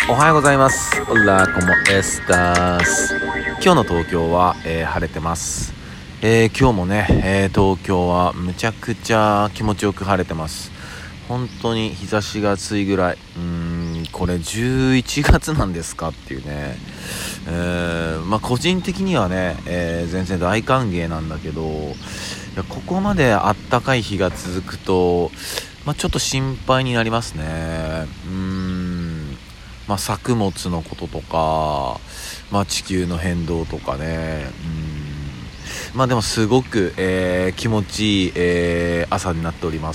おはようございます。オラコモエスタス。今日の東京は、晴れてます。今日もね、東京はむちゃくちゃ気持ちよく晴れてます。本当に日差しが暑いぐらい。これ11月なんですかっていうね。個人的にはね、全然大歓迎なんだけど、ここまであったかい日が続くと、ちょっと心配になりますね。作物のこととか、地球の変動とかね。でもすごく、気持ちいい、朝になっております。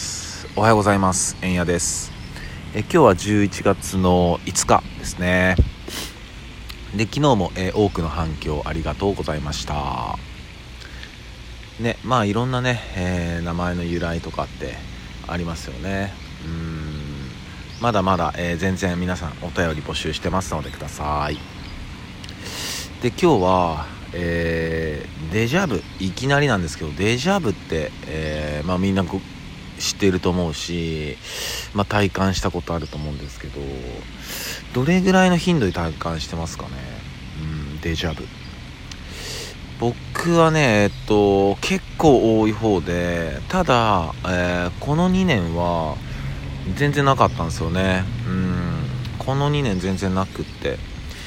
おはようございます。えんやです。今日は11月の5日ですね。で、昨日も、多くの反響ありがとうございました。ね、いろんなね、名前の由来とかってありますよね。まだまだ、全然皆さんお便り募集してますのでください。で、今日は、デジャブ、いきなりなんですけど、デジャブって、みんな知っていると思うし、体感したことあると思うんですけど、どれぐらいの頻度で体感してますかね。デジャブ。僕はね、結構多い方で、ただ、この2年は全然なかったんですよね。この2年全然なくって、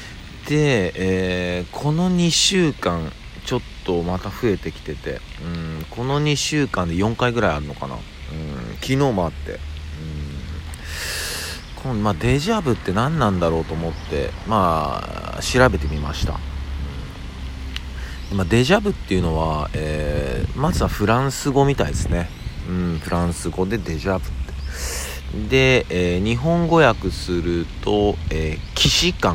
で、この2週間ちょっとまた増えてきてて、この2週間で4回ぐらいあるのかな。昨日もあって、デジャブって何なんだろうと思って調べてみました。デジャブっていうのは、まずはフランス語みたいですね。フランス語でデジャブってで、日本語訳すると、既視感、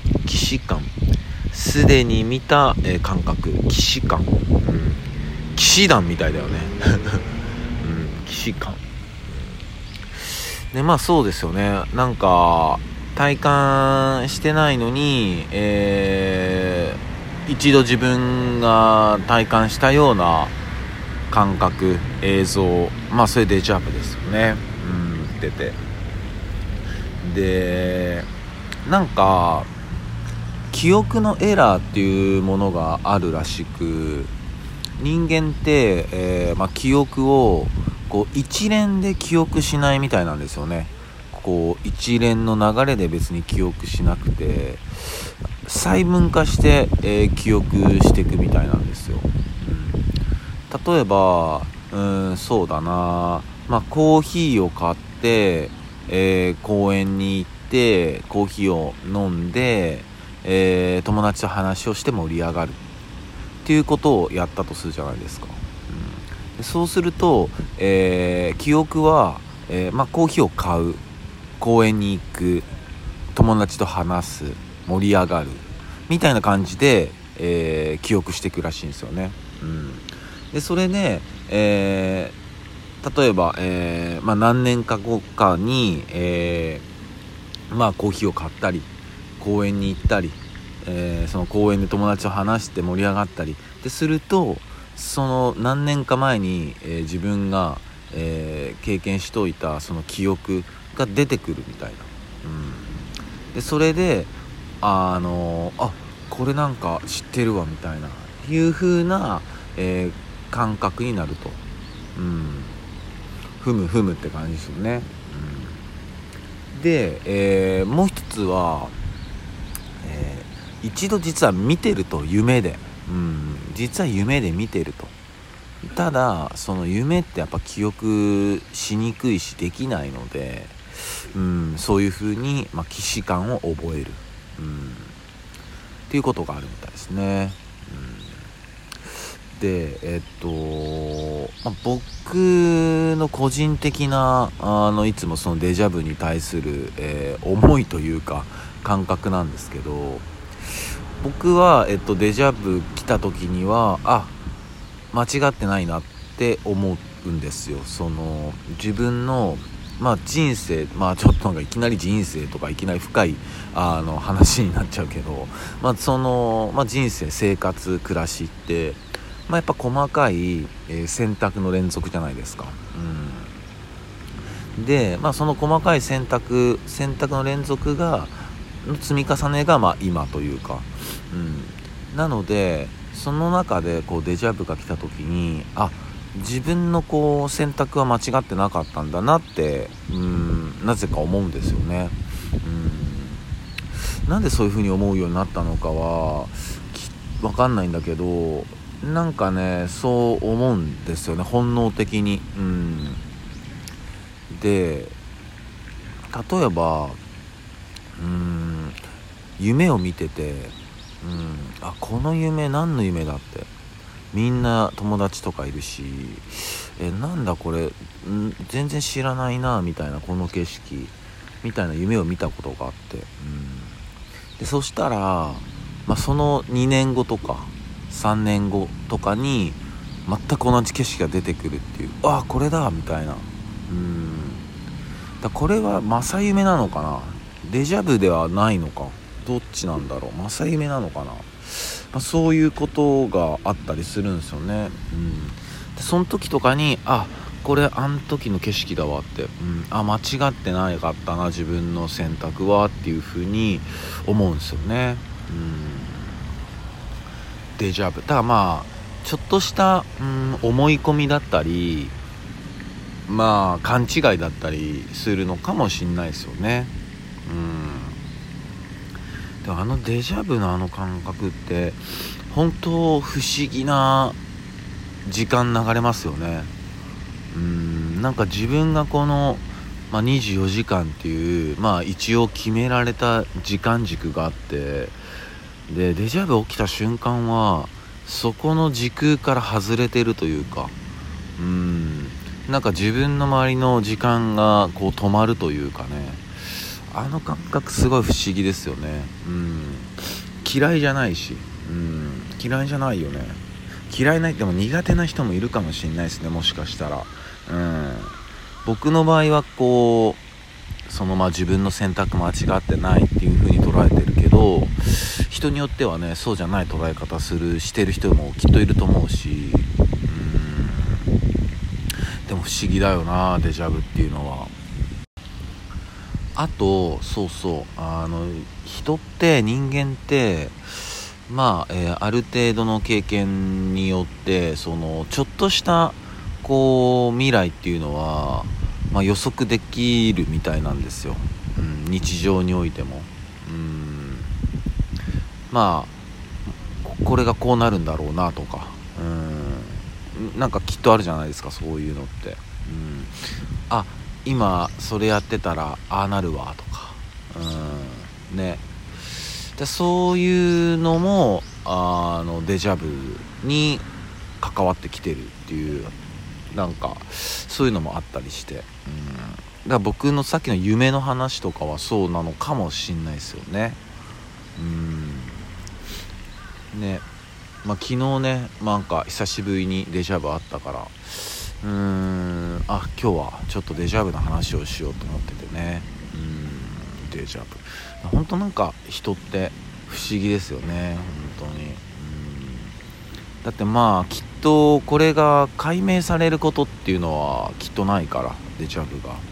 すでに見た、感覚、既視感、騎士団みたいだよね。既視感で、そうですよね。なんか体感してないのに、一度自分が体感したような感覚、映像、それデジャブですよね。出て、で、なんか記憶のエラーっていうものがあるらしく、人間って、記憶を一連で記憶しないみたいなんですよね。一連の流れで別に記憶しなくて、細分化して、記憶していくみたいなんですよ。例えば、そうだな、コーヒーを買って、公園に行ってコーヒーを飲んで、友達と話をして盛り上がるっていうことをやったとするじゃないですか。でそうすると、記憶は、コーヒーを買う、公園に行く、友達と話す、盛り上がるみたいな感じで、記憶していくらしいんですよね。でそれで、例えば、何年か後かに、コーヒーを買ったり公園に行ったり、その公園で友達と話して盛り上がったりですると、その何年か前に、自分が、経験しといたその記憶が出てくるみたいな。でそれでこれなんか知ってるわみたいないう風な、感覚になると。ふむって感じですよね。で、もう一つは、一度実は見てると、夢で、実は夢で見てると。ただその夢ってやっぱ記憶しにくいしできないので、そういう風に、既視感を覚える、っていうことがあるみたいですね。で、僕の個人的ないつもそのデジャブに対する、思いというか感覚なんですけど、僕は、デジャブ来た時には間違ってないなって思うんですよ。その自分の人生、ちょっとなんかいきなり人生とかいきなり深い話になっちゃうけど、その、人生、生活、暮らしってやっぱ細かい、選択の連続じゃないですか。で、その細かい選択の連続がの積み重ねが今というか、なのでその中でデジャブが来た時に自分の選択は間違ってなかったんだなってなぜか思うんですよね。なんでそういう風に思うようになったのかは分かんないんだけど、なんかねそう思うんですよね、本能的に。で例えば夢を見てて、この夢何の夢だって、みんな友達とかいるし、なんだこれ全然知らないなみたいな、この景色みたいな夢を見たことがあって、でそしたら、その2年後とか3年後とかに全く同じ景色が出てくるっていう、これだみたいな。これは正夢なのかな、デジャブではないのか、どっちなんだろう、正夢なのかな、そういうことがあったりするんですよね。でその時とかにこれあの時の景色だわって、間違ってなかったな自分の選択はっていう風に思うんですよね。デジャブだからちょっとした思い込みだったり勘違いだったりするのかもしんないですよね。でデジャブの感覚って本当不思議な時間流れますよね。なんか自分がこの、24時間っていう一応決められた時間軸があって、でデジャブ起きた瞬間はそこの時空から外れてるというか、なんか自分の周りの時間が止まるというかね、感覚すごい不思議ですよね。嫌いじゃないし、嫌いじゃないよね。嫌いないでも苦手な人もいるかもしれないですね、もしかしたら。僕の場合は自分の選択間違ってないっていう風に捉えてるけど、人によってはねそうじゃない捉え方してる人もきっといると思うし、でも不思議だよなデジャブっていうのは。あと人って人間ってある程度の経験によってちょっとした未来っていうのは、予測できるみたいなんですよ。日常においてもこれがこうなるんだろうなとか、なんかきっとあるじゃないですか、そういうのって。今それやってたらなるわとか、ね。でそういうのもデジャブに関わってきてるっていう、なんかそういうのもあったりして、だから僕のさっきの夢の話とかはそうなのかもしんないですよね。ね、昨日ねなんか久しぶりにデジャブあったから、今日はちょっとデジャブの話をしようと思っててね。デジャブ本当なんか人って不思議ですよね、本当に。だってきっとこれが解明されることっていうのはきっとないから、デジャブが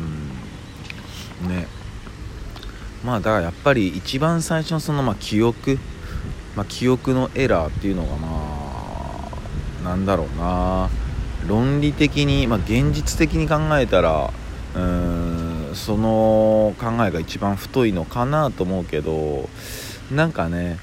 ね。だからやっぱり一番最初の記憶のエラーっていうのがなんだろうな、論理的に現実的に考えたらその考えが一番太いのかなと思うけど、なんかね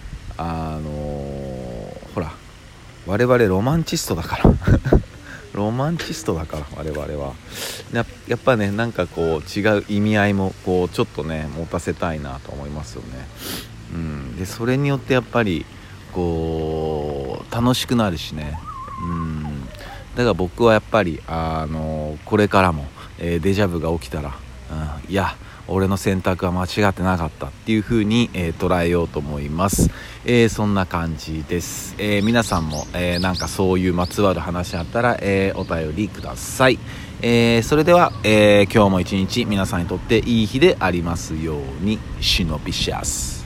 ほら我々ロマンチストだからロマンチストだから我々はやっぱね、なんか違う意味合いもちょっとね持たせたいなと思いますよね。でそれによってやっぱり楽しくなるしね。だから僕はやっぱりこれからも、デジャブが起きたら、いや俺の選択は間違ってなかったっていう風に、捉えようと思います。そんな感じです。皆さんも、なんかそういうまつわる話あったら、お便りください。それでは、今日も一日皆さんにとっていい日でありますように。シノビシャス。